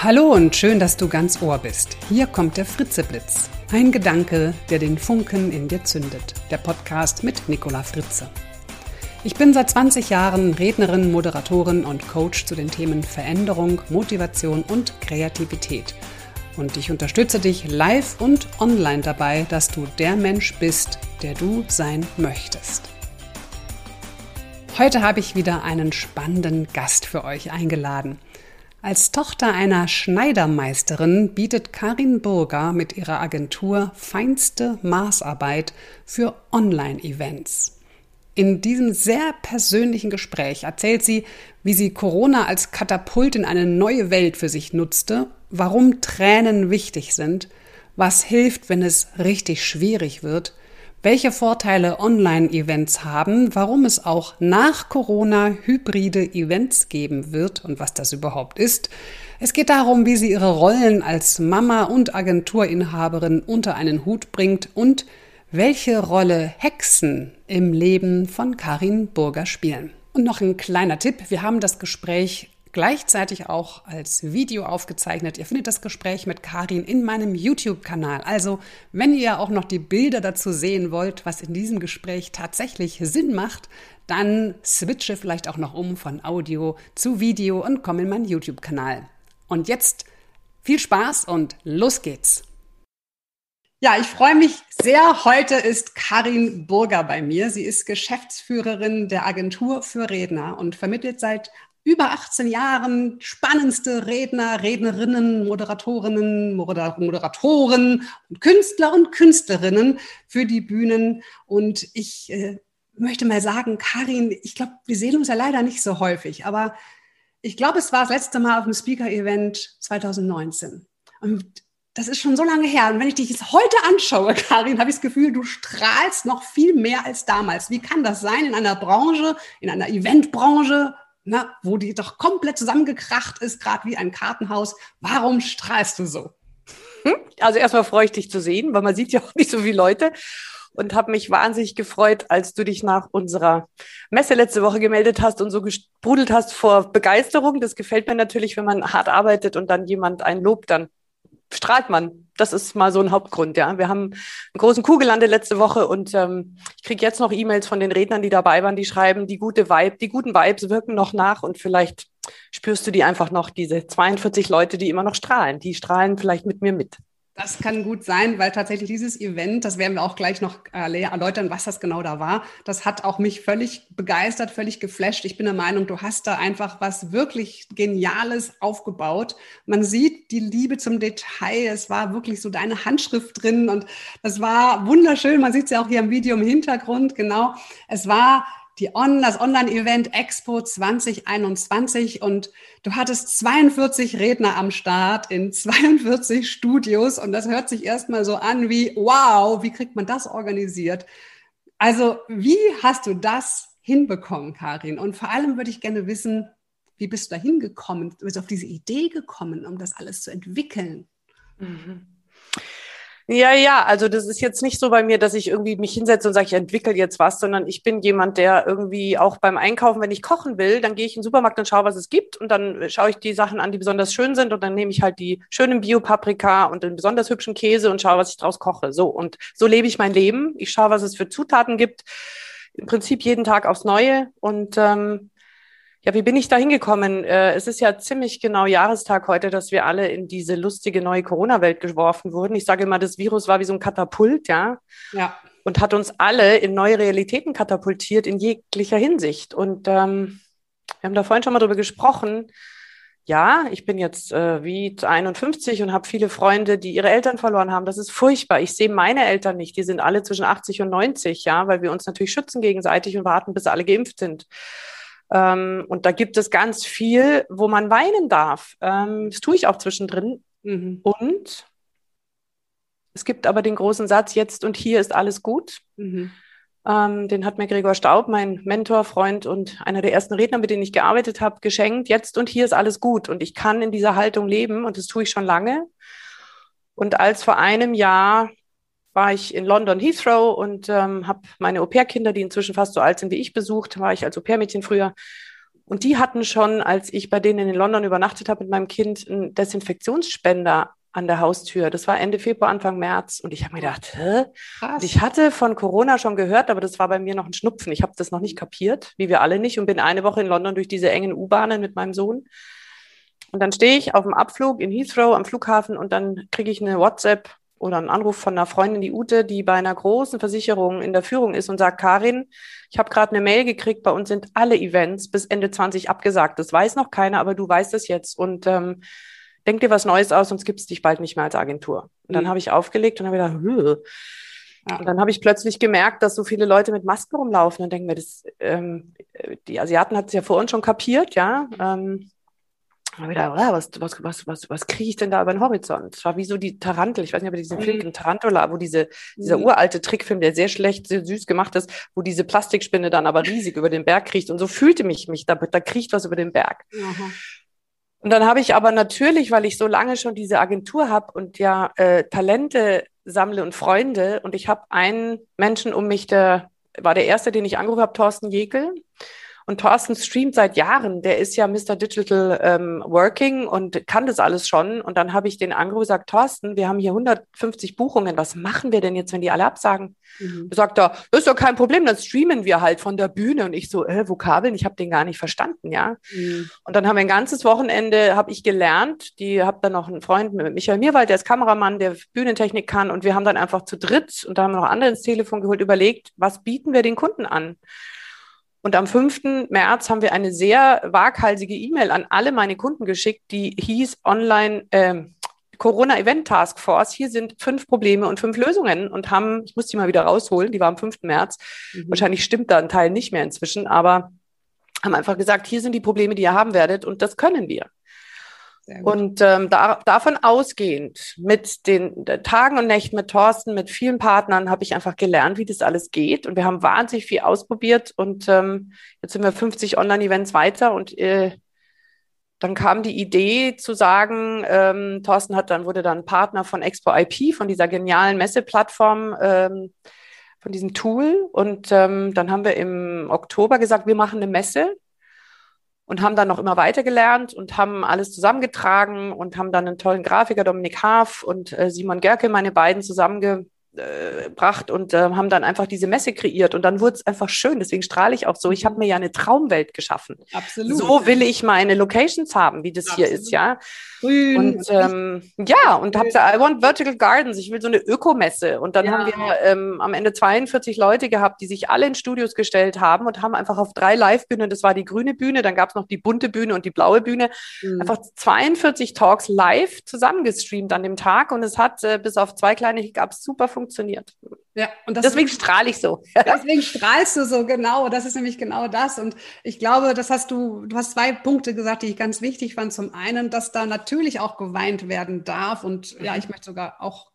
Hallo und schön, dass du ganz Ohr bist. Hier kommt der Fritzeblitz. Ein Gedanke, der den Funken in dir zündet. Der Podcast mit Nicola Fritze. Ich bin seit 20 Jahren Rednerin, Moderatorin und Coach zu den Themen Veränderung, Motivation und Kreativität. Und ich unterstütze dich live und online dabei, dass du der Mensch bist, der du sein möchtest. Heute habe ich wieder einen spannenden Gast für euch eingeladen. Als Tochter einer Schneidermeisterin bietet Karin Burger mit ihrer Agentur feinste Maßarbeit für Online-Events. In diesem sehr persönlichen Gespräch erzählt sie, wie sie Corona als Katapult in eine neue Welt für sich nutzte, warum Tränen wichtig sind, was hilft, wenn es richtig schwierig wird, welche Vorteile Online-Events haben, warum es auch nach Corona hybride Events geben wird und was das überhaupt ist. Es geht darum, wie sie ihre Rollen als Mama und Agenturinhaberin unter einen Hut bringt und welche Rolle Hexen im Leben von Karin Burger spielen. Und noch ein kleiner Tipp, wir haben das Gespräch gleichzeitig auch als Video aufgezeichnet. Ihr findet das Gespräch mit Karin in meinem YouTube-Kanal. Also, wenn ihr auch noch die Bilder dazu sehen wollt, was in diesem Gespräch tatsächlich Sinn macht, dann switche vielleicht auch noch um von Audio zu Video und komm in meinen YouTube-Kanal. Und jetzt viel Spaß und los geht's! Ja, ich freue mich sehr. Heute ist Karin Burger bei mir. Sie ist Geschäftsführerin der Agentur für Redner und vermittelt seit über 18 Jahren spannendste Redner, Rednerinnen, Moderatoren und Künstler und Künstlerinnen für die Bühnen. Und ich möchte mal sagen, Karin, ich glaube, wir sehen uns ja leider nicht so häufig, aber ich glaube, es war das letzte Mal auf dem Speaker-Event 2019. Und das ist schon so lange her. Und wenn ich dich jetzt heute anschaue, Karin, habe ich das Gefühl, du strahlst noch viel mehr als damals. Wie kann das sein in einer Branche, in einer Eventbranche, wo die doch komplett zusammengekracht ist, gerade wie ein Kartenhaus? Warum strahlst du so? Also erstmal freue ich dich zu sehen, weil man sieht ja auch nicht so viele Leute. Und habe mich wahnsinnig gefreut, als du dich nach unserer Messe letzte Woche gemeldet hast und so gesprudelt hast vor Begeisterung. Das gefällt mir natürlich, wenn man hart arbeitet und dann jemand einen lobt, dann strahlt man. Das ist mal so ein Hauptgrund, ja. Wir haben einen großen Coup gelandet letzte Woche und ich kriege jetzt noch E-Mails von den Rednern, die dabei waren, die schreiben, die guten Vibes wirken noch nach und vielleicht spürst du die einfach noch, diese 42 Leute, die immer noch strahlen. Die strahlen vielleicht mit mir mit. Das kann gut sein, weil tatsächlich dieses Event, das werden wir auch gleich noch erläutern, was das genau da war, das hat auch mich völlig begeistert, völlig geflasht. Ich bin der Meinung, du hast da einfach was wirklich Geniales aufgebaut. Man sieht die Liebe zum Detail, es war wirklich so deine Handschrift drin und das war wunderschön. Man sieht es ja auch hier im Video im Hintergrund, genau. Es war das Online-Event Expo 2021 und du hattest 42 Redner am Start in 42 Studios und das hört sich erstmal so an wie, wow, wie kriegt man das organisiert? Also wie hast du das hinbekommen, Karin? Und vor allem würde ich gerne wissen, wie bist du da hingekommen? Du bist auf diese Idee gekommen, um das alles zu entwickeln? Mhm. Ja, also das ist jetzt nicht so bei mir, dass ich irgendwie mich hinsetze und sage, ich entwickle jetzt was, sondern ich bin jemand, der irgendwie auch beim Einkaufen, wenn ich kochen will, dann gehe ich in den Supermarkt und schaue, was es gibt und dann schaue ich die Sachen an, die besonders schön sind und dann nehme ich halt die schönen Bio-Paprika und den besonders hübschen Käse und schaue, was ich draus koche. So, und so lebe ich mein Leben. Ich schaue, was es für Zutaten gibt, im Prinzip jeden Tag aufs Neue und ja, wie bin ich da hingekommen? Es ist ja ziemlich genau Jahrestag heute, dass wir alle in diese lustige neue Corona-Welt geworfen wurden. Ich sage immer, das Virus war wie so ein Katapult, ja, und hat uns alle in neue Realitäten katapultiert in jeglicher Hinsicht. Und wir haben da vorhin schon mal drüber gesprochen. Ja, ich bin jetzt wie 51 und habe viele Freunde, die ihre Eltern verloren haben. Das ist furchtbar. Ich sehe meine Eltern nicht. Die sind alle zwischen 80 und 90, ja, weil wir uns natürlich schützen gegenseitig und warten, bis alle geimpft sind. Und da gibt es ganz viel, wo man weinen darf. Das tue ich auch zwischendrin. Mhm. Und es gibt aber den großen Satz, jetzt und hier ist alles gut. Mhm. Den hat mir Gregor Staub, mein Mentor, Freund und einer der ersten Redner, mit denen ich gearbeitet habe, geschenkt. Jetzt und hier ist alles gut. Und ich kann in dieser Haltung leben und das tue ich schon lange. Und als vor einem Jahr war ich in London Heathrow und habe meine Au-pair-Kinder, die inzwischen fast so alt sind wie ich, besucht, war ich als Au-pair-Mädchen früher. Und die hatten schon, als ich bei denen in London übernachtet habe mit meinem Kind, einen Desinfektionsspender an der Haustür. Das war Ende Februar, Anfang März. Und ich habe mir gedacht, hä? Und ich hatte von Corona schon gehört, aber das war bei mir noch ein Schnupfen. Ich habe das noch nicht kapiert, wie wir alle nicht. Und bin eine Woche in London durch diese engen U-Bahnen mit meinem Sohn. Und dann stehe ich auf dem Abflug in Heathrow am Flughafen und dann kriege ich eine WhatsApp oder einen Anruf von einer Freundin, die Ute, die bei einer großen Versicherung in der Führung ist und sagt, Karin, ich habe gerade eine Mail gekriegt, bei uns sind alle Events bis Ende 20 abgesagt. Das weiß noch keiner, aber du weißt es jetzt. Und denk dir was Neues aus, sonst gibt es dich bald nicht mehr als Agentur. Und dann habe ich aufgelegt und habe gedacht, ja. Und dann habe ich plötzlich gemerkt, dass so viele Leute mit Masken rumlaufen und denken mir, die Asiaten hat es ja vor uns schon kapiert, ja. Und wieder, was kriege ich denn da über den Horizont? Es war wie so die Tarantel. Ich weiß nicht, ob ihr diesen Film kennt, Tarantula, wo dieser uralte Trickfilm, der sehr schlecht, sehr süß gemacht ist, wo diese Plastikspinne dann aber riesig über den Berg kriecht. Und so fühlte mich da kriecht was über den Berg. Mhm. Und dann habe ich aber natürlich, weil ich so lange schon diese Agentur habe und ja Talente sammle und Freunde, und ich habe einen Menschen um mich, der war der erste, den ich angerufen habe, Thorsten Jekyll. Und Thorsten streamt seit Jahren, der ist ja Mr. Digital Working und kann das alles schon. Und dann habe ich den angerufen und gesagt, Thorsten, wir haben hier 150 Buchungen, was machen wir denn jetzt, wenn die alle absagen? Sagt er, das ist doch kein Problem, dann streamen wir halt von der Bühne. Und ich so, Vokabeln, ich habe den gar nicht verstanden, ja. Und dann haben wir ein ganzes Wochenende, habe ich gelernt, habe dann noch einen Freund mit Michael Mirwald, der ist Kameramann, der Bühnentechnik kann, und wir haben dann einfach zu dritt, und da haben wir noch andere ins Telefon geholt, überlegt, was bieten wir den Kunden an? Und am 5. März haben wir eine sehr waghalsige E-Mail an alle meine Kunden geschickt, die hieß Online Corona Event Task Force. Hier sind 5 Probleme und 5 Lösungen, und ich muss die mal wieder rausholen, die war am 5. März. Wahrscheinlich stimmt da ein Teil nicht mehr inzwischen, aber haben einfach gesagt, hier sind die Probleme, die ihr haben werdet, und das können wir. Und davon ausgehend, mit den Tagen und Nächten mit Thorsten, mit vielen Partnern, habe ich einfach gelernt, wie das alles geht. Und wir haben wahnsinnig viel ausprobiert. Und jetzt sind wir 50 Online-Events weiter. Und dann kam die Idee zu sagen, Thorsten wurde dann Partner von Expo IP, von dieser genialen Messeplattform, von diesem Tool. Und dann haben wir im Oktober gesagt, wir machen eine Messe. Und haben dann noch immer weiter gelernt und haben alles zusammengetragen und haben dann einen tollen Grafiker, Dominik Haaf und Simon Gerke, meine beiden, zusammengebracht und haben dann einfach diese Messe kreiert. Und dann wurde es einfach schön. Deswegen strahle ich auch so. Ich habe mir ja eine Traumwelt geschaffen. Absolut. So will ich meine Locations haben, wie das hier ist, ja. Grün. Und und habe gesagt, I want vertical gardens. Ich will so eine Ökomesse. Und dann haben wir am Ende 42 Leute gehabt, die sich alle in Studios gestellt haben und haben einfach auf 3 Live-Bühnen, das war die grüne Bühne, dann gab es noch die bunte Bühne und die blaue Bühne, einfach 42 Talks live zusammengestreamt an dem Tag, und es hat bis auf 2 kleine Hiccups super funktioniert. Ja, und deswegen strahle ich so. Deswegen strahlst du so, genau. Das ist nämlich genau das. Und ich glaube, du hast 2 Punkte gesagt, die ich ganz wichtig fand. Zum einen, dass da natürlich auch geweint werden darf. Und ja, ich möchte sogar auch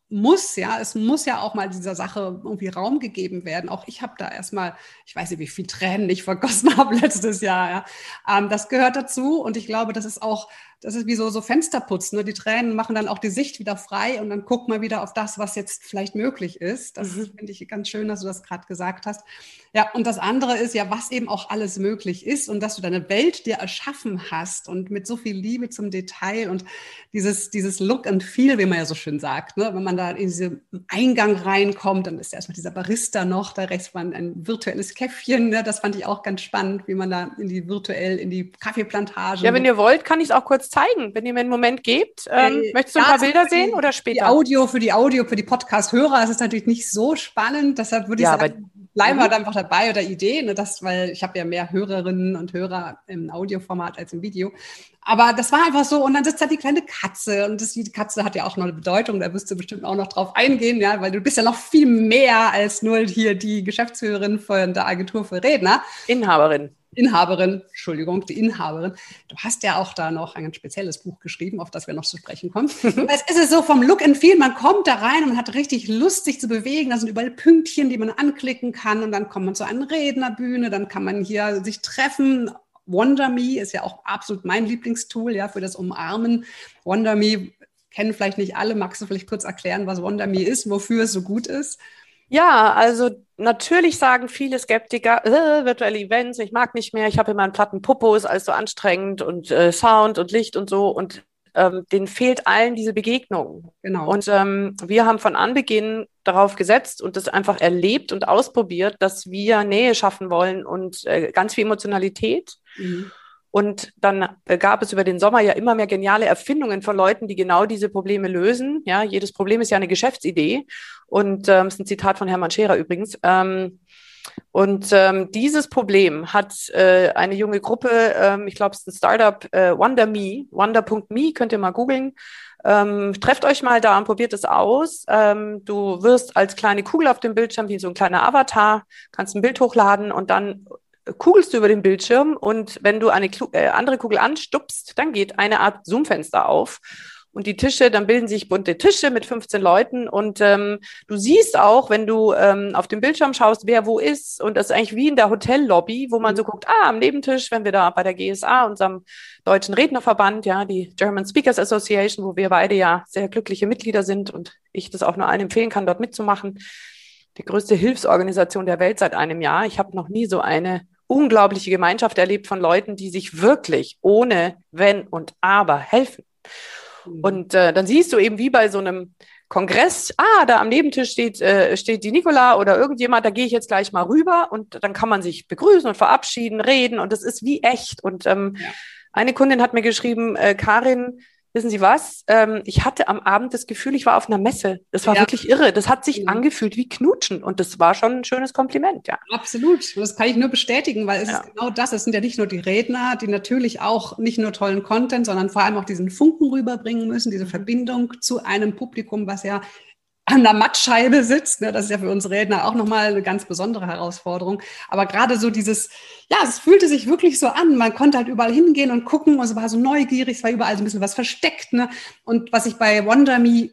es muss ja auch mal dieser Sache irgendwie Raum gegeben werden. Auch ich habe da erstmal, ich weiß nicht, wie viel Tränen ich vergossen habe letztes Jahr. Ja. Das gehört dazu, und ich glaube, das ist wie so Fensterputzen. Ne? Die Tränen machen dann auch die Sicht wieder frei, und dann guck mal wieder auf das, was jetzt vielleicht möglich ist. Das finde ich ganz schön, dass du das gerade gesagt hast. Ja, und das andere ist ja, was eben auch alles möglich ist, und dass du deine Welt dir erschaffen hast und mit so viel Liebe zum Detail und dieses Look and Feel, wie man ja so schön sagt, ne? Wenn man da in diesen Eingang reinkommt, dann ist erstmal dieser Barista noch, da rechts war ein virtuelles Käffchen, ne? Das fand ich auch ganz spannend, wie man da virtuell in die Kaffeeplantage. Ja, wenn ihr wollt, kann ich es auch kurz zeigen, wenn ihr mir einen Moment gebt. Möchtest du ein paar Bilder sehen oder später? Für die Podcast-Hörer ist es natürlich nicht so spannend, deshalb würde ich sagen, bleiben wir einfach dabei oder Idee, ne, weil ich habe ja mehr Hörerinnen und Hörer im Audioformat als im Video. Aber das war einfach so, und dann sitzt da die kleine Katze, und die Katze hat ja auch noch eine Bedeutung, da wirst du bestimmt auch noch drauf eingehen, ja, weil du bist ja noch viel mehr als nur hier die Geschäftsführerin von der Agentur für Redner. Inhaberin, Entschuldigung, die Inhaberin. Du hast ja auch da noch ein ganz spezielles Buch geschrieben, auf das wir noch zu sprechen kommen. Es ist so vom Look and Feel, man kommt da rein und man hat richtig Lust, sich zu bewegen. Da sind überall Pünktchen, die man anklicken kann, und dann kommt man zu einer Rednerbühne, dann kann man hier sich treffen. WonderMe ist ja auch absolut mein Lieblingstool, ja, für das Umarmen. WonderMe kennen vielleicht nicht alle. Magst du vielleicht kurz erklären, was WonderMe ist, wofür es so gut ist? Ja, also natürlich sagen viele Skeptiker, virtuelle Events, ich mag nicht mehr, ich habe immer einen platten Popo, ist alles so anstrengend und Sound und Licht und so und denen fehlt allen diese Begegnung. Genau. Und wir haben von Anbeginn darauf gesetzt und das einfach erlebt und ausprobiert, dass wir Nähe schaffen wollen und ganz viel Emotionalität. Mhm. Und dann gab es über den Sommer ja immer mehr geniale Erfindungen von Leuten, die genau diese Probleme lösen. Ja, jedes Problem ist ja eine Geschäftsidee. Und das ist ein Zitat von Hermann Scherer übrigens. Dieses Problem hat eine junge Gruppe, ich glaube, es ist ein Startup, Wonder.me, könnt ihr mal googeln. Trefft euch mal da und probiert es aus. Du wirst als kleine Kugel auf dem Bildschirm, wie so ein kleiner Avatar, kannst ein Bild hochladen und dann kugelst du über den Bildschirm und wenn du eine andere Kugel anstupst, dann geht eine Art Zoom-Fenster auf. Und die Tische, dann bilden sich bunte Tische mit 15 Leuten und du siehst auch, wenn du auf dem Bildschirm schaust, wer wo ist und das ist eigentlich wie in der Hotellobby, wo man so guckt, am Nebentisch, wenn wir da bei der GSA, unserem deutschen Rednerverband, ja, die German Speakers Association, wo wir beide ja sehr glückliche Mitglieder sind und ich das auch nur allen empfehlen kann, dort mitzumachen. Die größte Hilfsorganisation der Welt seit einem Jahr. Ich habe noch nie so eine unglaubliche Gemeinschaft erlebt von Leuten, die sich wirklich ohne Wenn und Aber helfen. Und dann siehst du eben wie bei so einem Kongress, da am Nebentisch steht die Nicola oder irgendjemand, da gehe ich jetzt gleich mal rüber und dann kann man sich begrüßen und verabschieden, reden und das ist wie echt. Und eine Kundin hat mir geschrieben, Karin, wissen Sie was? Ich hatte am Abend das Gefühl, ich war auf einer Messe. Das war wirklich irre. Das hat sich angefühlt wie Knutschen und das war schon ein schönes Kompliment, ja. Absolut. Das kann ich nur bestätigen, weil es ist genau das. Es sind ja nicht nur die Redner, die natürlich auch nicht nur tollen Content, sondern vor allem auch diesen Funken rüberbringen müssen, diese Verbindung zu einem Publikum, was ja an der Mattscheibe sitzt. Das ist ja für uns Redner auch nochmal eine ganz besondere Herausforderung. Aber gerade so dieses, es fühlte sich wirklich so an. Man konnte halt überall hingehen und gucken und es war so neugierig, es war überall so ein bisschen was versteckt. Ne? Und was ich bei Wonder.me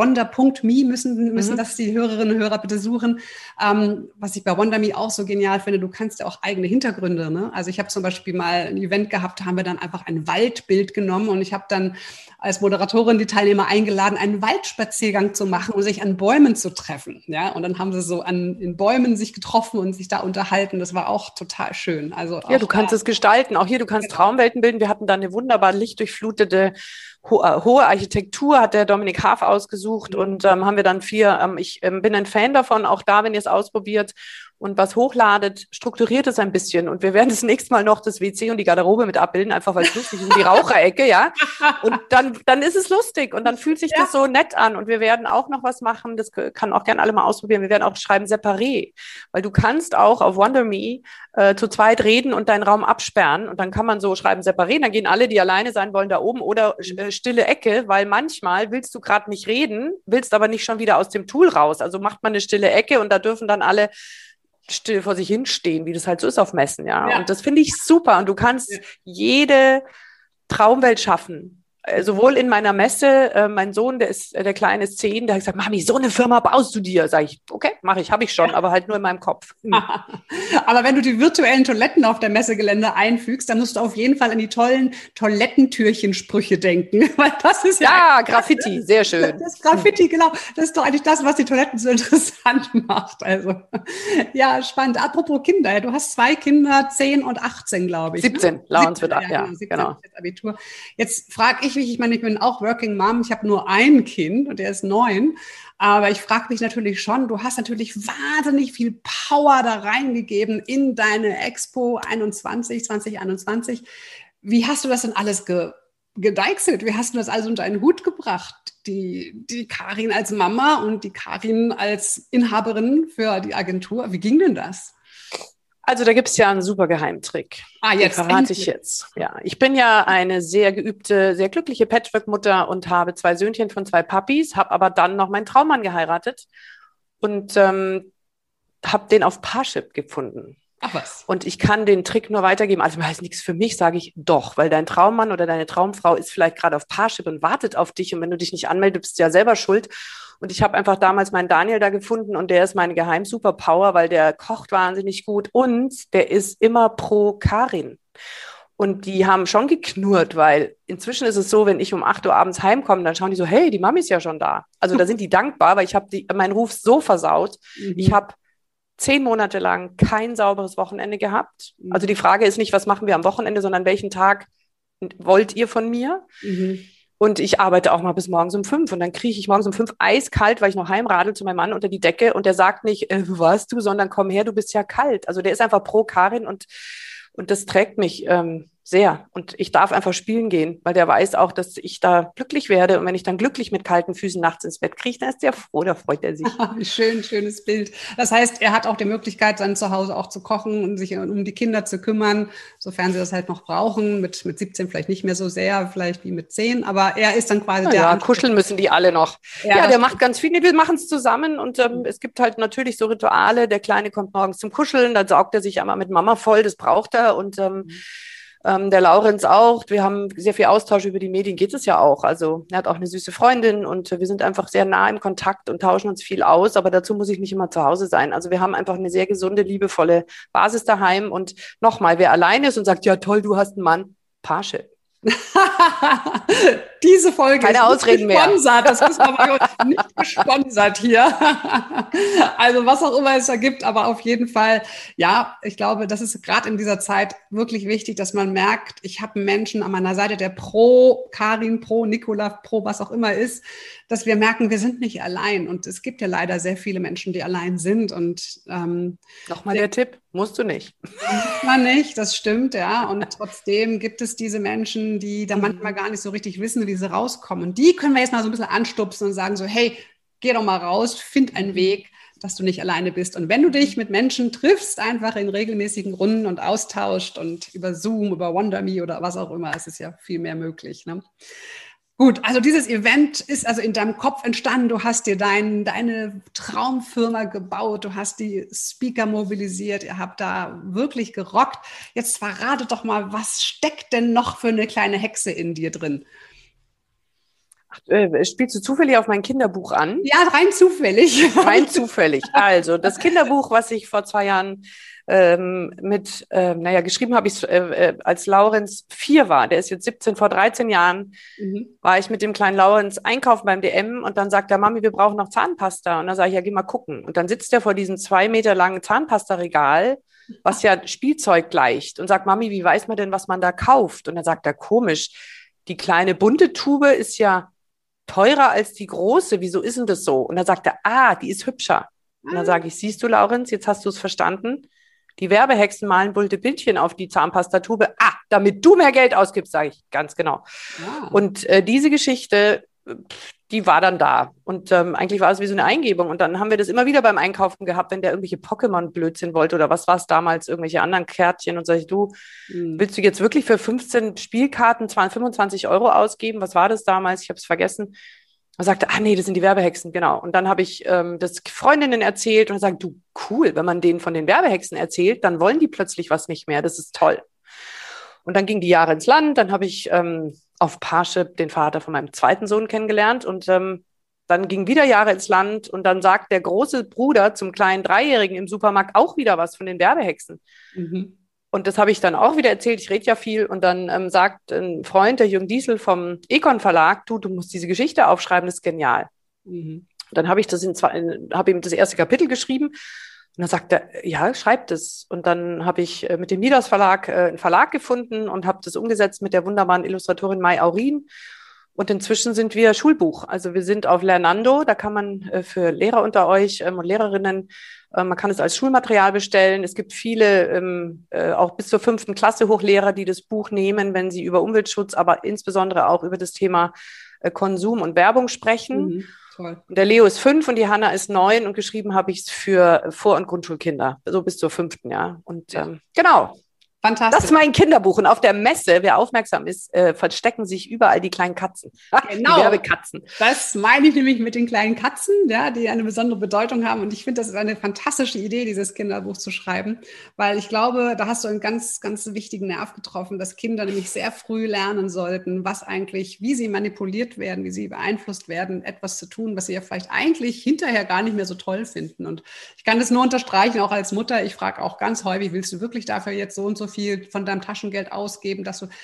müssen das die Hörerinnen und Hörer bitte suchen, was ich bei Wonder.me auch so genial finde, du kannst ja auch eigene Hintergründe. Ne? Also ich habe zum Beispiel mal ein Event gehabt, da haben wir dann einfach ein Waldbild genommen und ich habe dann als Moderatorin die Teilnehmer eingeladen, einen Waldspaziergang zu machen und sich an Bäumen zu treffen. Ja? Und dann haben sie so in Bäumen sich getroffen und sich da unterhalten. Das war auch total schön. Also ja, du kannst es gestalten. Auch hier, du kannst Traumwelten bilden. Wir hatten da eine wunderbar lichtdurchflutete hohe Architektur, hat der Dominik Haaf ausgesucht und haben wir dann ich bin ein Fan davon, auch da, wenn ihr es ausprobiert und was hochladet, strukturiert es ein bisschen und wir werden das nächste Mal noch das WC und die Garderobe mit abbilden, einfach weil es lustig ist, die Raucherecke, ja, und dann ist es lustig und dann fühlt sich das so nett an und wir werden auch noch was machen, das kann auch gerne alle mal ausprobieren, wir werden auch schreiben separé, weil du kannst auch auf Wonder.me zu zweit reden und deinen Raum absperren und dann kann man so schreiben separé, dann gehen alle, die alleine sein wollen, da oben oder stille Ecke, weil manchmal willst du gerade nicht reden, willst aber nicht schon wieder aus dem Tool raus, also macht man eine stille Ecke und da dürfen dann alle still vor sich hinstehen, wie das halt so ist auf Messen, ja. Und das finde ich super. Und du kannst jede Traumwelt schaffen. Sowohl in meiner Messe, mein Sohn, der Kleine ist 10, der hat gesagt, Mami, so eine Firma baust du dir. Sag ich, okay, mache ich, habe ich schon, aber halt nur in meinem Kopf. Aber wenn du die virtuellen Toiletten auf der Messegelände einfügst, dann musst du auf jeden Fall an die tollen Toilettentürchensprüche denken. Weil das ist ja Graffiti, sehr schön. Das Graffiti, genau. Das ist doch eigentlich das, was die Toiletten so interessant macht. Also, ja, spannend. Apropos Kinder, du hast 2 Kinder, 10 und 18, glaube ich. 17, ne? Lawrence wird, ja, 17 genau. Abitur. Jetzt frage ich meine, ich bin auch Working Mom, ich habe nur ein Kind und der ist 9, aber ich frage mich natürlich schon, du hast natürlich wahnsinnig viel Power da reingegeben in deine Expo 2021. Wie hast du das denn alles gedeichselt? Wie hast du das alles unter einen Hut gebracht? Die Karin als Mama und die Karin als Inhaberin für die Agentur. Wie ging denn das? Also da gibt es ja einen super Geheimtrick. Jetzt den verrate ich jetzt. Ja, ich bin ja eine sehr geübte, sehr glückliche Patchwork-Mutter und habe 2 Söhnchen von 2 Papis, habe aber dann noch meinen Traummann geheiratet und habe den auf Parship gefunden. Ach was. Und ich kann den Trick nur weitergeben. Also heißt nichts für mich, sage ich doch, weil dein Traummann oder deine Traumfrau ist vielleicht gerade auf Parship und wartet auf dich und wenn du dich nicht anmeldest, bist du ja selber schuld. Und ich habe einfach damals meinen Daniel da gefunden und der ist meine Geheim-Superpower, weil der kocht wahnsinnig gut und der ist immer pro Karin. Und die haben schon geknurrt, weil inzwischen ist es so, wenn ich um 8 Uhr abends heimkomme, dann schauen die so, hey, die Mami ist ja schon da. Also da sind die dankbar, weil ich habe meinen Ruf so versaut. Ich habe 10 Monate lang kein sauberes Wochenende gehabt. Also die Frage ist nicht, was machen wir am Wochenende, sondern welchen Tag wollt ihr von mir? Und ich arbeite auch mal bis morgens um 5 und dann kriege ich morgens um 5 eiskalt, weil ich noch heimradel zu meinem Mann unter die Decke und der sagt nicht, wo warst du, sondern komm her, du bist ja kalt. Also der ist einfach pro Karin und das trägt mich sehr. Und ich darf einfach spielen gehen, weil der weiß auch, dass ich da glücklich werde. Und wenn ich dann glücklich mit kalten Füßen nachts ins Bett kriege, dann ist der froh, da freut er sich. Schönes Bild. Das heißt, er hat auch die Möglichkeit, dann zu Hause auch zu kochen und sich um die Kinder zu kümmern, sofern sie das halt noch brauchen. Mit 17 vielleicht nicht mehr so sehr, vielleicht wie mit 10, aber er ist dann quasi der. Ja, kuscheln müssen die alle noch. Ja, der macht ganz viel. Wir machen es zusammen und es gibt halt natürlich so Rituale. Der Kleine kommt morgens zum Kuscheln, dann saugt er sich einmal mit Mama voll, das braucht er und der Laurenz auch. Wir haben sehr viel Austausch über die Medien, geht es ja auch. Also er hat auch eine süße Freundin und wir sind einfach sehr nah im Kontakt und tauschen uns viel aus. Aber dazu muss ich nicht immer zu Hause sein. Also wir haben einfach eine sehr gesunde, liebevolle Basis daheim. Und nochmal, wer alleine ist und sagt, ja toll, du hast einen Mann, Pasche. Diese Folge keine ist Ausreden nicht gesponsert. Das ist aber nicht gesponsert hier. Also was auch immer es da gibt, aber auf jeden Fall, ja, ich glaube, das ist gerade in dieser Zeit wirklich wichtig, dass man merkt, ich habe einen Menschen an meiner Seite, der pro Karin, pro Nicola, pro was auch immer ist, dass wir merken, wir sind nicht allein. Und es gibt ja leider sehr viele Menschen, die allein sind. Und nochmal der Tipp, musst du nicht. Muss man nicht, das stimmt, ja. Und trotzdem gibt es diese Menschen, die da manchmal gar nicht so richtig wissen, wie sie rauskommen. Und die können wir jetzt mal so ein bisschen anstupsen und sagen so, hey, geh doch mal raus, find einen Weg, dass du nicht alleine bist. Und wenn du dich mit Menschen triffst, einfach in regelmäßigen Runden und austauscht und über Zoom, über WonderMe oder was auch immer, es ist ja viel mehr möglich, ne? Gut, also dieses Event ist also in deinem Kopf entstanden. Du hast dir deine Traumfirma gebaut, du hast die Speaker mobilisiert, ihr habt da wirklich gerockt. Jetzt verrate doch mal, was steckt denn noch für eine kleine Hexe in dir drin? Spielst du zufällig auf mein Kinderbuch an? Ja, rein zufällig. Rein zufällig. Also das Kinderbuch, was ich vor 2 Jahren geschrieben habe, ich als Laurenz 4 war, der ist jetzt 17, vor 13 Jahren, war ich mit dem kleinen Laurenz einkaufen beim DM und dann sagt er, Mami, wir brauchen noch Zahnpasta. Und dann sage ich, ja, geh mal gucken. Und dann sitzt er vor diesem 2 Meter langen Zahnpasta-Regal, was ja Spielzeug gleicht und sagt, Mami, wie weiß man denn, was man da kauft? Und dann sagt er, komisch, die kleine bunte Tube ist ja teurer als die große. Wieso ist denn das so? Und dann sagt er, die ist hübscher. Und dann sage ich, siehst du, Laurenz, jetzt hast du es verstanden. Die Werbehexen malen bunte Bildchen auf die Zahnpastatube. Damit du mehr Geld ausgibst, sage ich, ganz genau. Ja. Und diese Geschichte, die war dann da. Und eigentlich war es wie so eine Eingebung. Und dann haben wir das immer wieder beim Einkaufen gehabt, wenn der irgendwelche Pokémon-Blödsinn wollte oder was war es damals, irgendwelche anderen Kärtchen. Und sag ich, du, willst du jetzt wirklich für 15 Spielkarten 25 € ausgeben? Was war das damals? Ich habe es vergessen. Er sagte, nee, das sind die Werbehexen, genau. Und dann habe ich das Freundinnen erzählt und er sagt, du, cool, wenn man denen von den Werbehexen erzählt, dann wollen die plötzlich was nicht mehr. Das ist toll. Und dann ging die Jahre ins Land, dann habe ich auf Parship den Vater von meinem zweiten Sohn kennengelernt und dann ging wieder Jahre ins Land und dann sagt der große Bruder zum kleinen Dreijährigen im Supermarkt auch wieder was von den Werbehexen. Und das habe ich dann auch wieder erzählt, ich rede ja viel und dann sagt ein Freund, der Jürgen Diesel vom Econ Verlag, du musst diese Geschichte aufschreiben, das ist genial. Dann habe ich habe ihm das erste Kapitel geschrieben und dann sagt er, ja, schreib das. Und dann habe ich mit dem Midas Verlag einen Verlag gefunden und habe das umgesetzt mit der wunderbaren Illustratorin Mai Aurin. Und inzwischen sind wir Schulbuch. Also wir sind auf Lernando, da kann man für Lehrer unter euch und Lehrerinnen, man kann es als Schulmaterial bestellen. Es gibt viele, auch bis zur 5. Klasse Hochlehrer, die das Buch nehmen, wenn sie über Umweltschutz, aber insbesondere auch über das Thema Konsum und Werbung sprechen. Toll. Und der Leo ist 5 und die Hanna ist 9 und geschrieben habe ich es für Vor- und Grundschulkinder, so bis zur 5. Ja. Und genau. Fantastisch. Das ist mein Kinderbuch. Und auf der Messe, wer aufmerksam ist, verstecken sich überall die kleinen Katzen. Genau. Die Werbekatzen. Das meine ich nämlich mit den kleinen Katzen, ja, die eine besondere Bedeutung haben. Und ich finde, das ist eine fantastische Idee, dieses Kinderbuch zu schreiben, weil ich glaube, da hast du einen ganz, ganz wichtigen Nerv getroffen, dass Kinder nämlich sehr früh lernen sollten, wie sie manipuliert werden, wie sie beeinflusst werden, etwas zu tun, was sie ja vielleicht eigentlich hinterher gar nicht mehr so toll finden. Und ich kann das nur unterstreichen, auch als Mutter. Ich frage auch ganz häufig, willst du wirklich dafür jetzt so und so viel von deinem Taschengeld ausgeben, dass du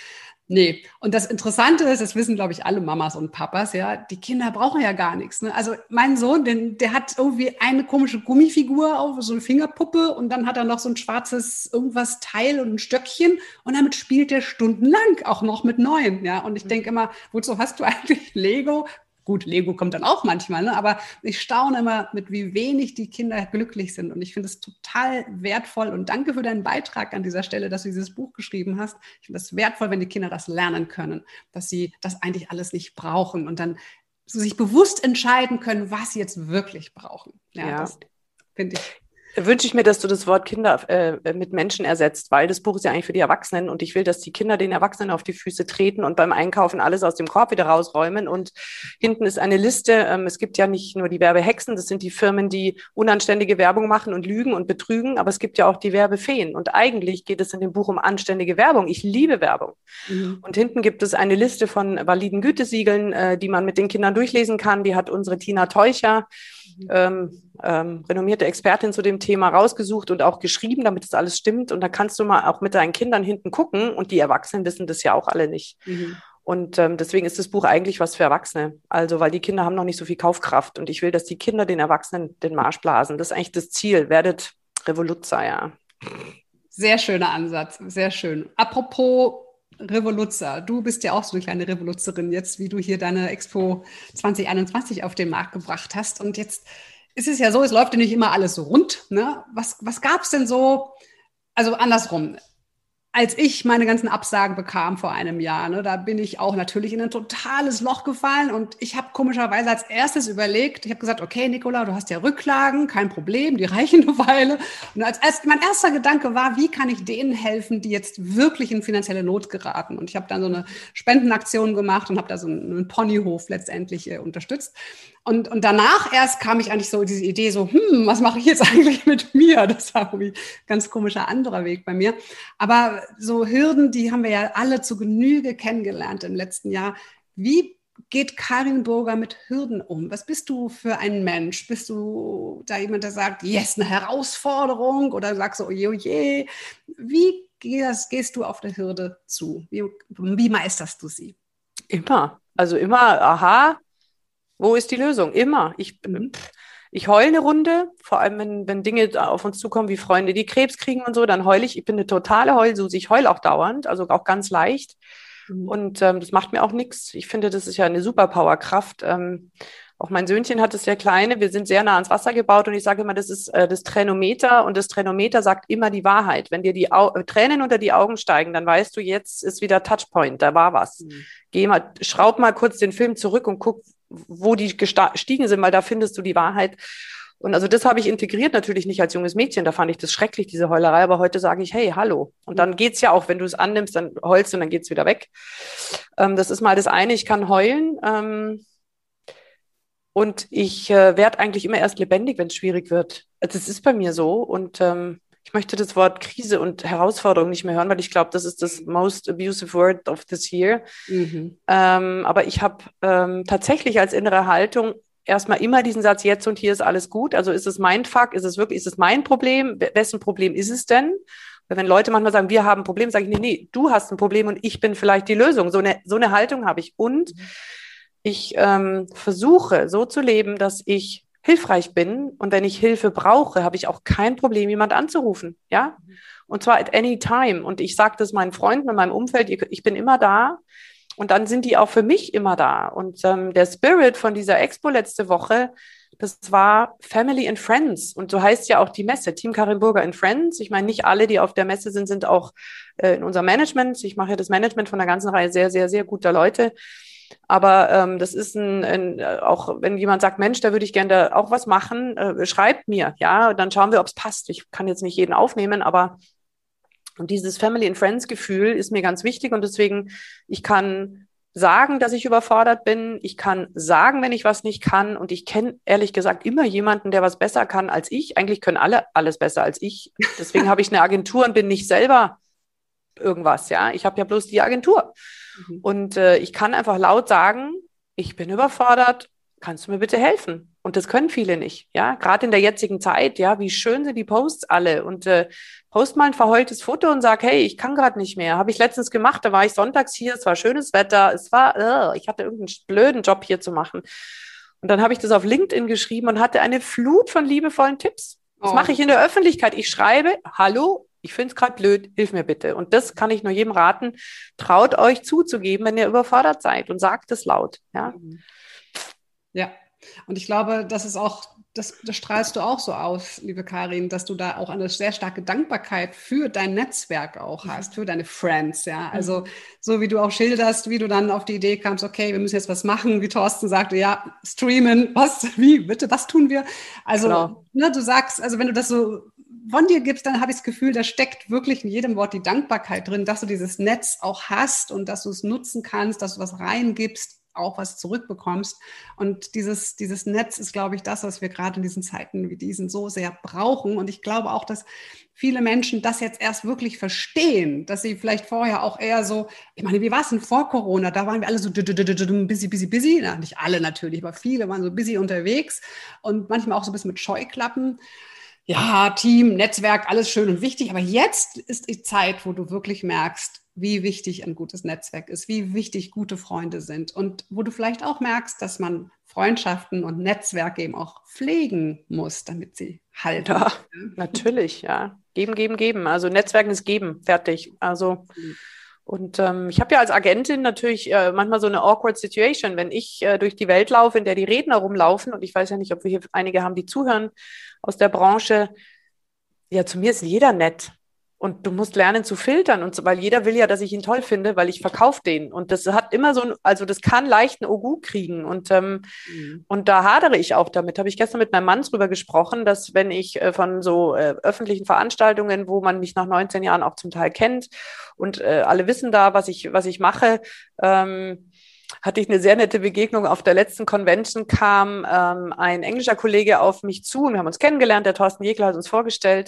Nee. Und das Interessante ist, das wissen, glaube ich, alle Mamas und Papas, ja, die Kinder brauchen ja gar nichts. Ne? Also mein Sohn, der hat irgendwie eine komische Gummifigur auf, so eine Fingerpuppe und dann hat er noch so ein schwarzes irgendwas Teil und ein Stöckchen und damit spielt er stundenlang, auch noch mit neuen. Ja? Und ich denke immer, wozu hast du eigentlich Lego? Gut, Lego kommt dann auch manchmal, ne? Aber ich staune immer, mit wie wenig die Kinder glücklich sind. Und ich finde es total wertvoll. Und danke für deinen Beitrag an dieser Stelle, dass du dieses Buch geschrieben hast. Ich finde es wertvoll, wenn die Kinder das lernen können, dass sie das eigentlich alles nicht brauchen und dann so sich bewusst entscheiden können, was sie jetzt wirklich brauchen. Ja. Das finde ich. Wünsche ich mir, dass du das Wort Kinder mit Menschen ersetzt, weil das Buch ist ja eigentlich für die Erwachsenen und ich will, dass die Kinder den Erwachsenen auf die Füße treten und beim Einkaufen alles aus dem Korb wieder rausräumen. Und hinten ist eine Liste. Es gibt ja nicht nur die Werbehexen, das sind die Firmen, die unanständige Werbung machen und lügen und betrügen, aber es gibt ja auch die Werbefeen. Und eigentlich geht es in dem Buch um anständige Werbung. Ich liebe Werbung. Und hinten gibt es eine Liste von validen Gütesiegeln, die man mit den Kindern durchlesen kann. Die hat unsere Tina Teucher, renommierte Expertin zu dem Thema, rausgesucht und auch geschrieben, damit das alles stimmt. Und da kannst du mal auch mit deinen Kindern hinten gucken und die Erwachsenen wissen das ja auch alle nicht. Und deswegen ist das Buch eigentlich was für Erwachsene. Also, weil die Kinder haben noch nicht so viel Kaufkraft und ich will, dass die Kinder den Erwachsenen den Marsch blasen. Das ist eigentlich das Ziel. Werdet Revoluzzer, ja. Sehr schöner Ansatz, sehr schön. Apropos Revoluzzer, du bist ja auch so eine kleine Revoluzerin jetzt, wie du hier deine Expo 2021 auf den Markt gebracht hast. Und jetzt ist es ja so, es läuft ja nicht immer alles so rund. Ne? Was gab es denn so, also andersrum, als ich meine ganzen Absagen bekam vor einem Jahr, ne, da bin ich auch natürlich in ein totales Loch gefallen und ich habe komischerweise als erstes überlegt, ich habe gesagt, okay, Nicola, du hast ja Rücklagen, kein Problem, die reichen eine Weile. Und mein erster Gedanke war, wie kann ich denen helfen, die jetzt wirklich in finanzielle Not geraten? Und ich habe dann so eine Spendenaktion gemacht und habe da so einen Ponyhof letztendlich unterstützt. Und danach erst kam ich eigentlich so diese Idee so, was mache ich jetzt eigentlich mit mir? Das war irgendwie ein ganz komischer anderer Weg bei mir. Aber so Hürden, die haben wir ja alle zu Genüge kennengelernt im letzten Jahr. Wie geht Karin Burger mit Hürden um? Was bist du für ein Mensch? Bist du da jemand, der sagt, yes, eine Herausforderung? Oder sagst du, oje, oje? Wie gehst du auf der Hürde zu? Wie meisterst du sie? Immer. Also immer, aha, wo ist die Lösung? Immer. Ich heule eine Runde, vor allem wenn Dinge auf uns zukommen wie Freunde, die Krebs kriegen und so, dann heule ich. Ich bin eine totale Heulsuse. Ich heule auch dauernd, also auch ganz leicht. Und das macht mir auch nichts. Ich finde, das ist ja eine Superpowerkraft. Auch mein Söhnchen hat es, der Kleine. Wir sind sehr nah ans Wasser gebaut und ich sage immer, das ist das Trenometer und das Trenometer sagt immer die Wahrheit. Wenn dir die Tränen unter die Augen steigen, dann weißt du, jetzt ist wieder Touchpoint, da war was. Schraub mal kurz den Film zurück und guck, wo die gestiegen sind, weil da findest du die Wahrheit. Und also das habe ich integriert, natürlich nicht als junges Mädchen, da fand ich das schrecklich, diese Heulerei, aber heute sage ich, hey, hallo. Und dann geht's ja auch, wenn du es annimmst, dann heulst du und dann geht's wieder weg. Das ist mal das eine, ich kann heulen und ich werde eigentlich immer erst lebendig, wenn es schwierig wird. Das ist bei mir so und ich möchte das Wort Krise und Herausforderung nicht mehr hören, weil ich glaube, das ist das most abusive word of this year. Aber ich habe tatsächlich als innere Haltung erstmal immer diesen Satz, jetzt und hier ist alles gut. Also ist es mein Fuck, ist es mein Problem? Wessen Problem ist es denn? Weil wenn Leute manchmal sagen, wir haben ein Problem, sage ich, nee, du hast ein Problem und ich bin vielleicht die Lösung. So eine Haltung habe ich. Und ich versuche so zu leben, dass ich hilfreich bin und wenn ich Hilfe brauche, habe ich auch kein Problem, jemand anzurufen, ja? Und zwar at any time. Und ich sage das meinen Freunden in meinem Umfeld, ich bin immer da und dann sind die auch für mich immer da. Und der Spirit von dieser Expo letzte Woche, das war Family and Friends und so heißt ja auch die Messe, Team Karin Burger and Friends. Ich meine, nicht alle, die auf der Messe sind auch in unserem Management. Ich mache ja das Management von einer ganzen Reihe sehr, sehr, sehr guter Leute. Aber das ist auch wenn jemand sagt, Mensch, da würde ich gerne da auch was machen, schreibt mir, ja, dann schauen wir, ob es passt. Ich kann jetzt nicht jeden aufnehmen, aber und dieses Family and Friends Gefühl ist mir ganz wichtig und deswegen, ich kann sagen, dass ich überfordert bin, ich kann sagen, wenn ich was nicht kann und ich kenne ehrlich gesagt immer jemanden, der was besser kann als ich. Eigentlich können alle alles besser als ich. Deswegen habe ich eine Agentur und bin nicht selber irgendwas, ja. Ich habe ja bloß die Agentur. Und ich kann einfach laut sagen, ich bin überfordert, kannst du mir bitte helfen? Und das können viele nicht, ja. Gerade in der jetzigen Zeit, ja, wie schön sind die Posts alle. Und post mal ein verheultes Foto und sag, hey, ich kann gerade nicht mehr. Habe ich letztens gemacht, da war ich sonntags hier, es war schönes Wetter, ich hatte irgendeinen blöden Job hier zu machen. Und dann habe ich das auf LinkedIn geschrieben und hatte eine Flut von liebevollen Tipps. Das mache ich in der Öffentlichkeit. Ich schreibe, hallo, ich finde es gerade blöd, hilf mir bitte. Und das kann ich nur jedem raten. Traut euch zuzugeben, wenn ihr überfordert seid und sagt es laut. Ja, ja. Und ich glaube, das ist auch, das strahlst du auch so aus, liebe Karin, dass du da auch eine sehr starke Dankbarkeit für dein Netzwerk auch hast, für deine Friends, ja. Also so wie du auch schilderst, wie du dann auf die Idee kamst, okay, wir müssen jetzt was machen, wie Thorsten sagte, ja, streamen, was, wie, bitte, was tun wir? Also, genau. Ne, du sagst, also wenn du das so von dir gibst, dann habe ich das Gefühl, da steckt wirklich in jedem Wort die Dankbarkeit drin, dass du dieses Netz auch hast und dass du es nutzen kannst, dass du was reingibst, auch was zurückbekommst. Und dieses Netz ist, glaube ich, das, was wir gerade in diesen Zeiten wie diesen so sehr brauchen. Und ich glaube auch, dass viele Menschen das jetzt erst wirklich verstehen, dass sie vielleicht vorher auch eher so, ich meine, wie war es denn vor Corona? Da waren wir alle so busy. Na, nicht alle natürlich, aber viele waren so busy unterwegs und manchmal auch so ein bisschen mit Scheuklappen. Ja, Team, Netzwerk, alles schön und wichtig. Aber jetzt ist die Zeit, wo du wirklich merkst, wie wichtig ein gutes Netzwerk ist, wie wichtig gute Freunde sind und wo du vielleicht auch merkst, dass man Freundschaften und Netzwerke eben auch pflegen muss, damit sie halten. Ja, natürlich, ja. Geben. Also Netzwerken ist geben, fertig. Also und ich habe ja als Agentin natürlich manchmal so eine awkward Situation, wenn ich durch die Welt laufe, in der die Redner rumlaufen und ich weiß ja nicht, ob wir hier einige haben, die zuhören aus der Branche. Ja, zu mir ist jeder nett. Und du musst lernen zu filtern, und so, weil jeder will ja, dass ich ihn toll finde, weil ich verkaufe den. Und das hat immer so, also das kann leicht ein Ogu kriegen. Und da hadere ich auch damit. Habe ich gestern mit meinem Mann drüber gesprochen, dass wenn ich von so öffentlichen Veranstaltungen, wo man mich nach 19 Jahren auch zum Teil kennt und alle wissen da, was ich mache, hatte ich eine sehr nette Begegnung. Auf der letzten Convention kam ein englischer Kollege auf mich zu und wir haben uns kennengelernt. Der Thorsten Jegler hat uns vorgestellt.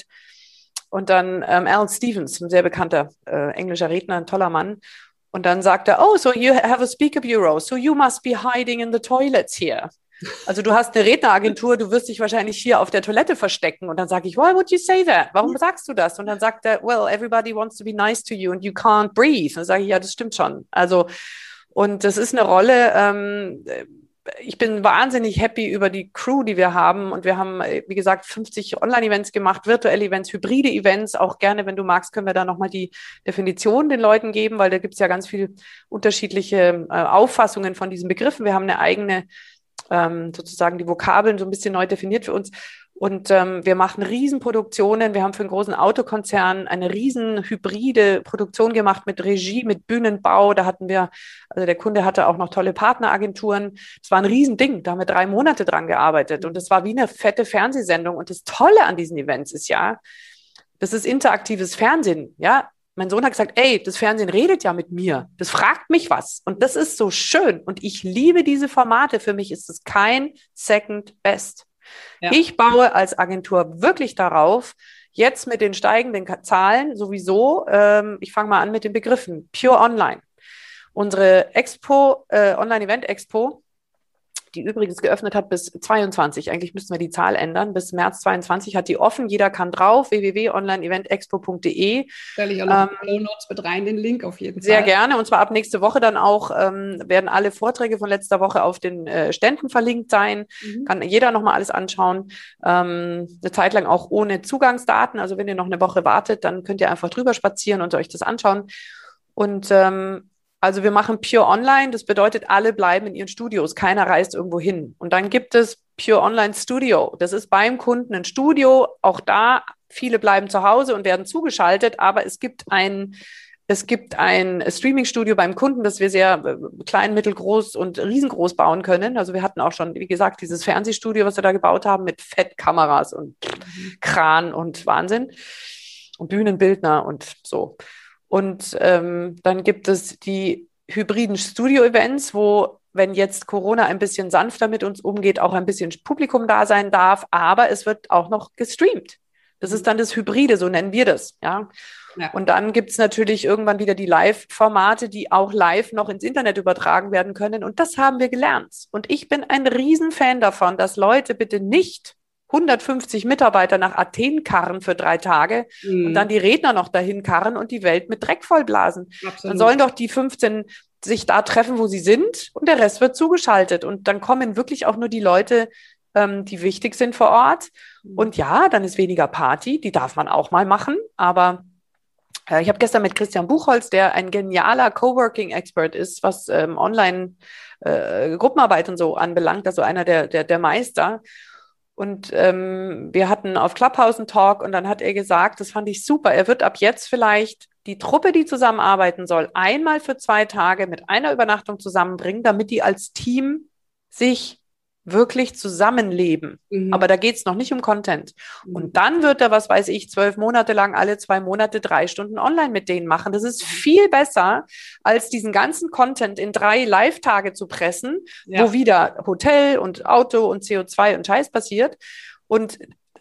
Und dann Alan Stevens, ein sehr bekannter englischer Redner, ein toller Mann. Und dann sagt er, oh, so you have a speaker bureau, so you must be hiding in the toilets here. Also du hast eine Redneragentur, du wirst dich wahrscheinlich hier auf der Toilette verstecken. Und dann sage ich, why would you say that? Warum sagst du das? Und dann sagt er, well, everybody wants to be nice to you and you can't breathe. Und dann sage ich, ja, das stimmt schon. Also, und das ist eine Rolle, ich bin wahnsinnig happy über die Crew, die wir haben. Und wir haben, wie gesagt, 50 Online-Events gemacht, virtuelle Events, hybride Events. Auch gerne, wenn du magst, können wir da nochmal die Definition den Leuten geben, weil da gibt es ja ganz viele unterschiedliche Auffassungen von diesen Begriffen. Wir haben eine eigene, sozusagen die Vokabeln so ein bisschen neu definiert für uns. Und wir machen Riesenproduktionen. Wir haben für einen großen Autokonzern eine riesen hybride Produktion gemacht mit Regie, mit Bühnenbau. Da hatten wir, also der Kunde hatte auch noch tolle Partneragenturen. Es war ein Riesending. Da haben wir 3 Monate dran gearbeitet. Und das war wie eine fette Fernsehsendung. Und das Tolle an diesen Events ist ja, das ist interaktives Fernsehen. Ja, mein Sohn hat gesagt, ey, das Fernsehen redet ja mit mir. Das fragt mich was. Und das ist so schön. Und ich liebe diese Formate. Für mich ist es kein Second Best. Ja. Ich baue als Agentur wirklich darauf, jetzt mit den steigenden Zahlen sowieso, ich fange mal an mit den Begriffen, Pure Online. Unsere Expo, Online-Event-Expo, die übrigens geöffnet hat bis 22, eigentlich müssten wir die Zahl ändern, bis März 22 hat die offen, jeder kann drauf, www.onlineeventexpo.de. Stelle ich auch noch in die Shownotes mit rein, den Link auf jeden Fall. Sehr gerne, und zwar ab nächste Woche dann auch, werden alle Vorträge von letzter Woche auf den Ständen verlinkt sein, kann jeder nochmal alles anschauen, eine Zeit lang auch ohne Zugangsdaten, also wenn ihr noch eine Woche wartet, dann könnt ihr einfach drüber spazieren und euch das anschauen. Und also wir machen Pure Online, das bedeutet, alle bleiben in ihren Studios, keiner reist irgendwo hin. Und dann gibt es Pure Online Studio, das ist beim Kunden ein Studio, auch da, viele bleiben zu Hause und werden zugeschaltet, aber es gibt ein Streaming-Studio beim Kunden, das wir sehr klein, mittelgroß und riesengroß bauen können. Also wir hatten auch schon, wie gesagt, dieses Fernsehstudio, was wir da gebaut haben, mit Fettkameras und Kran und Wahnsinn und Bühnenbildner und so. Und dann gibt es die hybriden Studio-Events, wo, wenn jetzt Corona ein bisschen sanfter mit uns umgeht, auch ein bisschen Publikum da sein darf, aber es wird auch noch gestreamt. Das ist dann das Hybride, so nennen wir das, ja. Ja. Und dann gibt es natürlich irgendwann wieder die Live-Formate, die auch live noch ins Internet übertragen werden können. Und das haben wir gelernt. Und ich bin ein Riesenfan davon, dass Leute bitte nicht 150 Mitarbeiter nach Athen karren für 3 Tage und dann die Redner noch dahin karren und die Welt mit Dreck vollblasen. Absolut. Dann sollen doch die 15 sich da treffen, wo sie sind, und der Rest wird zugeschaltet. Und dann kommen wirklich auch nur die Leute, die wichtig sind vor Ort. Und ja, dann ist weniger Party, die darf man auch mal machen. Aber ich habe gestern mit Christian Buchholz, der ein genialer Coworking-Expert ist, was Online-Gruppenarbeit und so anbelangt, also einer der Meister. Und wir hatten auf Clubhouse einen Talk und dann hat er gesagt, das fand ich super, er wird ab jetzt vielleicht die Truppe, die zusammenarbeiten soll, einmal für 2 Tage mit einer Übernachtung zusammenbringen, damit die als Team sich wirklich zusammenleben. Aber da geht es noch nicht um Content. Und dann wird er, was weiß ich, 12 Monate lang alle 2 Monate 3 Stunden online mit denen machen. Das ist viel besser, als diesen ganzen Content in 3 Live-Tage zu pressen, wo wieder Hotel und Auto und CO2 und Scheiß passiert. Und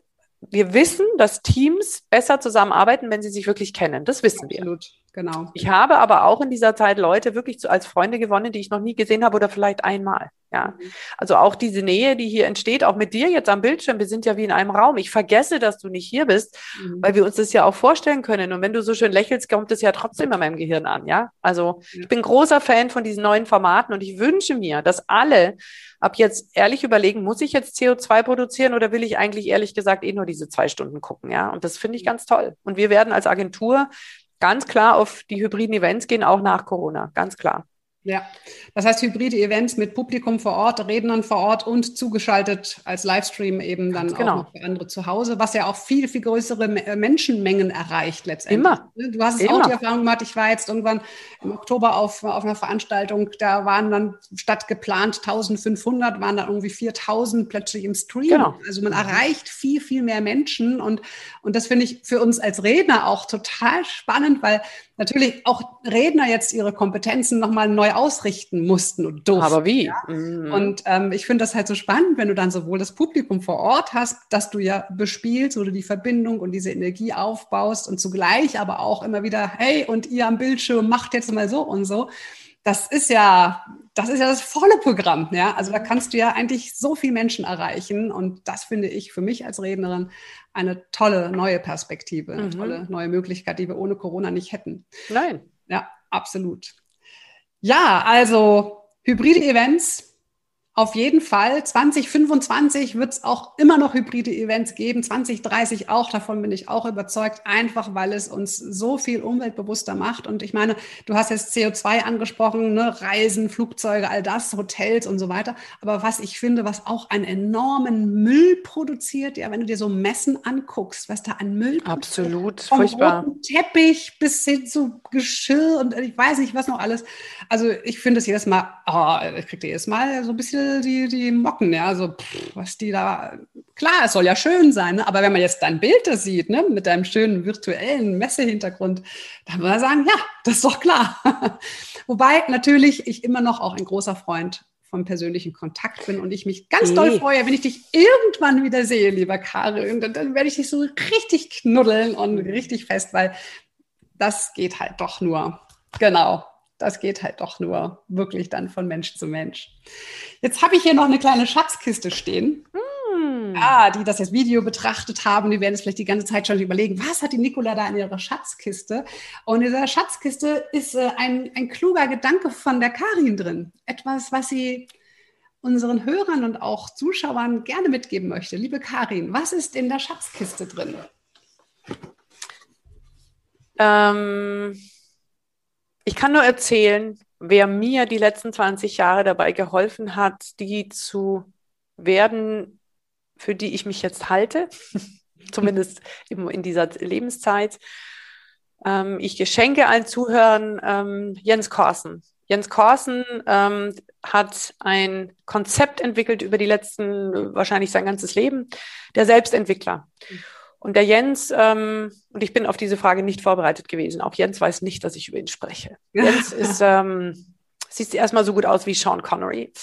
wir wissen, dass Teams besser zusammenarbeiten, wenn sie sich wirklich kennen. Das wissen wir. Absolut, genau. Ich habe aber auch in dieser Zeit Leute wirklich als Freunde gewonnen, die ich noch nie gesehen habe oder vielleicht einmal. Ja, also auch diese Nähe, die hier entsteht, auch mit dir jetzt am Bildschirm. Wir sind ja wie in einem Raum. Ich vergesse, dass du nicht hier bist, weil wir uns das ja auch vorstellen können. Und wenn du so schön lächelst, kommt es ja trotzdem in meinem Gehirn an. Ja, also ich bin großer Fan von diesen neuen Formaten und ich wünsche mir, dass alle ab jetzt ehrlich überlegen, muss ich jetzt CO2 produzieren oder will ich eigentlich ehrlich gesagt nur diese 2 Stunden gucken? Ja, und das finde ich ganz toll. Und wir werden als Agentur ganz klar auf die hybriden Events gehen, auch nach Corona, ganz klar. Ja, das heißt hybride Events mit Publikum vor Ort, Rednern vor Ort und zugeschaltet als Livestream eben dann auch noch für andere zu Hause, was ja auch viel, viel größere Menschenmengen erreicht letztendlich. Immer. Du hast es auch die Erfahrung gemacht, ich war jetzt irgendwann im Oktober auf einer Veranstaltung, da waren dann statt geplant 1500, waren dann irgendwie 4000 plötzlich im Stream. Genau. Also man erreicht viel, viel mehr Menschen und das finde ich für uns als Redner auch total spannend, weil natürlich auch Redner jetzt ihre Kompetenzen nochmal neu ausrichten mussten und durften. Aber wie? Ja? Und ich finde das halt so spannend, wenn du dann sowohl das Publikum vor Ort hast, das du ja bespielst, wo du die Verbindung und diese Energie aufbaust und zugleich aber auch immer wieder, hey, und ihr am Bildschirm macht jetzt mal so und so. Das ist ja das volle Programm. Ja? Also da kannst du ja eigentlich so viel Menschen erreichen. Und das finde ich für mich als Rednerin eine tolle neue Perspektive, eine tolle neue Möglichkeit, die wir ohne Corona nicht hätten. Nein. Ja, absolut. Ja, also hybride Events. Auf jeden Fall. 2025 wird es auch immer noch hybride Events geben. 2030 auch. Davon bin ich auch überzeugt. Einfach, weil es uns so viel umweltbewusster macht. Und ich meine, du hast jetzt CO2 angesprochen, ne? Reisen, Flugzeuge, all das, Hotels und so weiter. Aber was ich finde, was auch einen enormen Müll produziert, ja, wenn du dir so Messen anguckst, was da an Müll absolut vom furchtbar. Roten Teppich bis hin zu Geschirr und ich weiß nicht, was noch alles. Also ich finde es jedes Mal, ich kriege jedes Mal so ein bisschen die Mocken, ja, so was die da, klar, es soll ja schön sein, ne? Aber wenn man jetzt dein Bild da sieht, ne, mit deinem schönen virtuellen Messehintergrund, dann würde man sagen, ja, das ist doch klar. Wobei natürlich ich immer noch auch ein großer Freund vom persönlichen Kontakt bin und ich mich ganz doll freue, wenn ich dich irgendwann wieder sehe, lieber Karin, dann werde ich dich so richtig knuddeln und richtig fest, weil das geht halt doch nur, genau. Das geht halt doch nur wirklich dann von Mensch zu Mensch. Jetzt habe ich hier noch eine kleine Schatzkiste stehen. Die das jetzt Video betrachtet haben, die werden es vielleicht die ganze Zeit schon überlegen, was hat die Nicola da in ihrer Schatzkiste? Und in dieser Schatzkiste ist ein kluger Gedanke von der Karin drin. Etwas, was sie unseren Hörern und auch Zuschauern gerne mitgeben möchte. Liebe Karin, was ist in der Schatzkiste drin? Ich kann nur erzählen, wer mir die letzten 20 Jahre dabei geholfen hat, die zu werden, für die ich mich jetzt halte, zumindest in dieser Lebenszeit. Ich geschenke allen Zuhörern Jens Korsen. Jens Korsen hat ein Konzept entwickelt über die letzten, wahrscheinlich sein ganzes Leben, der Selbstentwickler. Und der Jens, und ich bin auf diese Frage nicht vorbereitet gewesen, auch Jens weiß nicht, dass ich über ihn spreche. Jens ist, sieht erstmal so gut aus wie Sean Connery.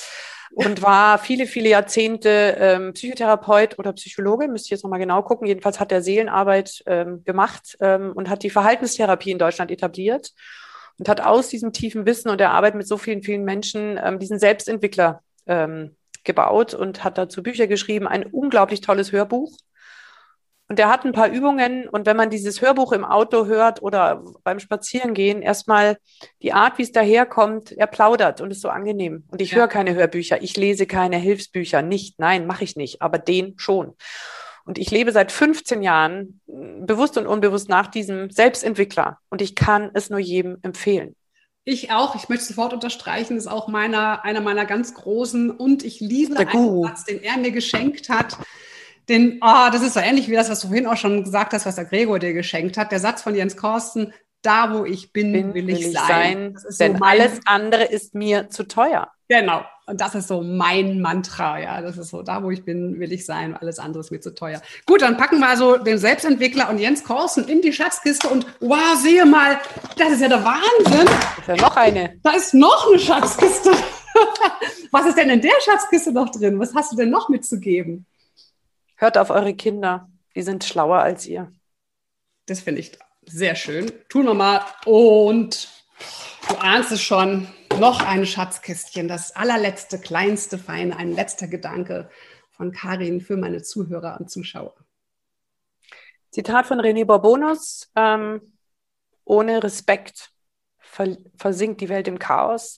und war viele, viele Jahrzehnte Psychotherapeut oder Psychologe, müsste ich jetzt nochmal genau gucken. Jedenfalls hat er Seelenarbeit gemacht und hat die Verhaltenstherapie in Deutschland etabliert und hat aus diesem tiefen Wissen und der Arbeit mit so vielen, vielen Menschen diesen Selbstentwickler gebaut und hat dazu Bücher geschrieben, ein unglaublich tolles Hörbuch. Und der hat ein paar Übungen und wenn man dieses Hörbuch im Auto hört oder beim Spazierengehen, erstmal die Art, wie es daherkommt, er plaudert und ist so angenehm. Und ich höre keine Hörbücher, ich lese keine Hilfsbücher, nein, mache ich nicht, aber den schon. Und ich lebe seit 15 Jahren bewusst und unbewusst nach diesem Selbstentwickler und ich kann es nur jedem empfehlen. Ich auch. Ich möchte sofort unterstreichen, das ist auch einer meiner ganz großen und ich liebe einen Satz, den er mir geschenkt hat. Das ist so ähnlich wie das, was du vorhin auch schon gesagt hast, was der Gregor dir geschenkt hat. Der Satz von Jens Korsten, da wo ich bin, will ich sein. Denn so alles andere ist mir zu teuer. Genau. Und das ist so mein Mantra. Ja, das ist so, da wo ich bin, will ich sein. Alles andere ist mir zu teuer. Gut, dann packen wir so den Selbstentwickler und Jens Korsten in die Schatzkiste und wow, sehe mal, das ist ja der Wahnsinn. Da ist ja noch eine. Da ist noch eine Schatzkiste. Was ist denn in der Schatzkiste noch drin? Was hast du denn noch mitzugeben? Hört auf eure Kinder, die sind schlauer als ihr. Das finde ich sehr schön. Tun wir mal. Und du ahnst es schon, noch ein Schatzkistchen, das allerletzte, kleinste, feine, ein letzter Gedanke von Karin für meine Zuhörer und Zuschauer. Zitat von René Bourbonus, ohne Respekt versinkt die Welt im Chaos.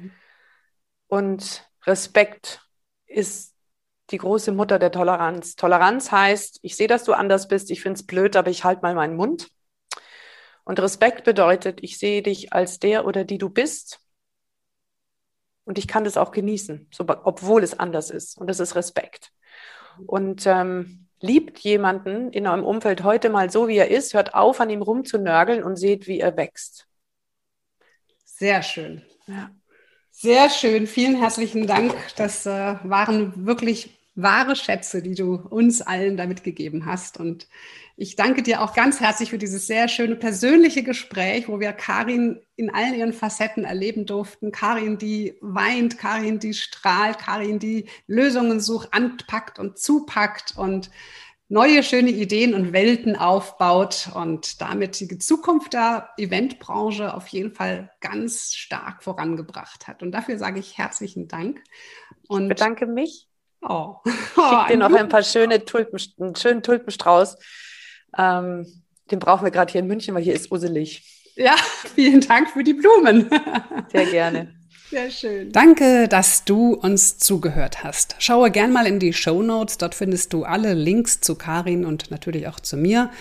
Und Respekt ist die große Mutter der Toleranz. Toleranz heißt, ich sehe, dass du anders bist, ich finde es blöd, aber ich halte mal meinen Mund. Und Respekt bedeutet, ich sehe dich als der oder die du bist und ich kann das auch genießen, obwohl es anders ist. Und das ist Respekt. Und liebt jemanden in eurem Umfeld heute mal so, wie er ist, hört auf, an ihm rumzunörgeln und seht, wie er wächst. Sehr schön. Ja. Sehr schön. Vielen herzlichen Dank. Das waren wirklich wahre Schätze, die du uns allen damit gegeben hast. Und ich danke dir auch ganz herzlich für dieses sehr schöne persönliche Gespräch, wo wir Karin in allen ihren Facetten erleben durften. Karin, die weint, Karin, die strahlt, Karin, die Lösungen sucht, anpackt und zupackt und neue schöne Ideen und Welten aufbaut und damit die Zukunft der Eventbranche auf jeden Fall ganz stark vorangebracht hat. Und dafür sage ich herzlichen Dank. Und ich bedanke mich. Ich schicke dir noch einen schönen Tulpenstrauß. Den brauchen wir gerade hier in München, weil hier ist usselig. Ja, vielen Dank für die Blumen. Sehr gerne. Sehr schön. Danke, dass du uns zugehört hast. Schaue gern mal in die Shownotes. Dort findest du alle Links zu Karin und natürlich auch zu mir.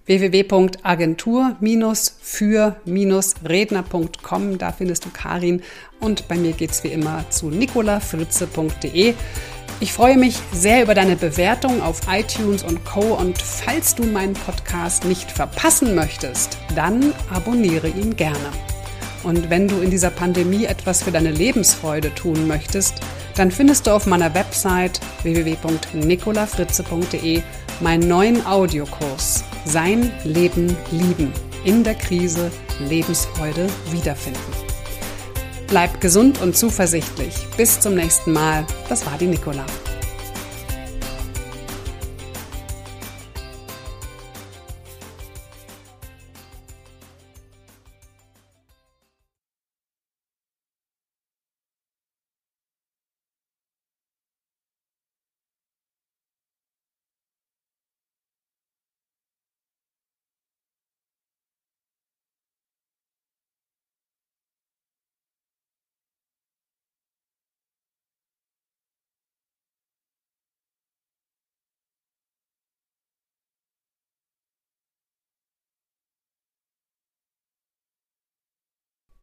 www.agentur-für-redner.com. Da findest du Karin. Und bei mir geht's wie immer zu nicolafritze.de. Ich freue mich sehr über deine Bewertung auf iTunes und Co. Und falls du meinen Podcast nicht verpassen möchtest, dann abonniere ihn gerne. Und wenn du in dieser Pandemie etwas für deine Lebensfreude tun möchtest, dann findest du auf meiner Website www.nicolafritze.de meinen neuen Audiokurs Sein Leben lieben. In der Krise Lebensfreude wiederfinden. Bleib gesund und zuversichtlich. Bis zum nächsten Mal. Das war die Nicola.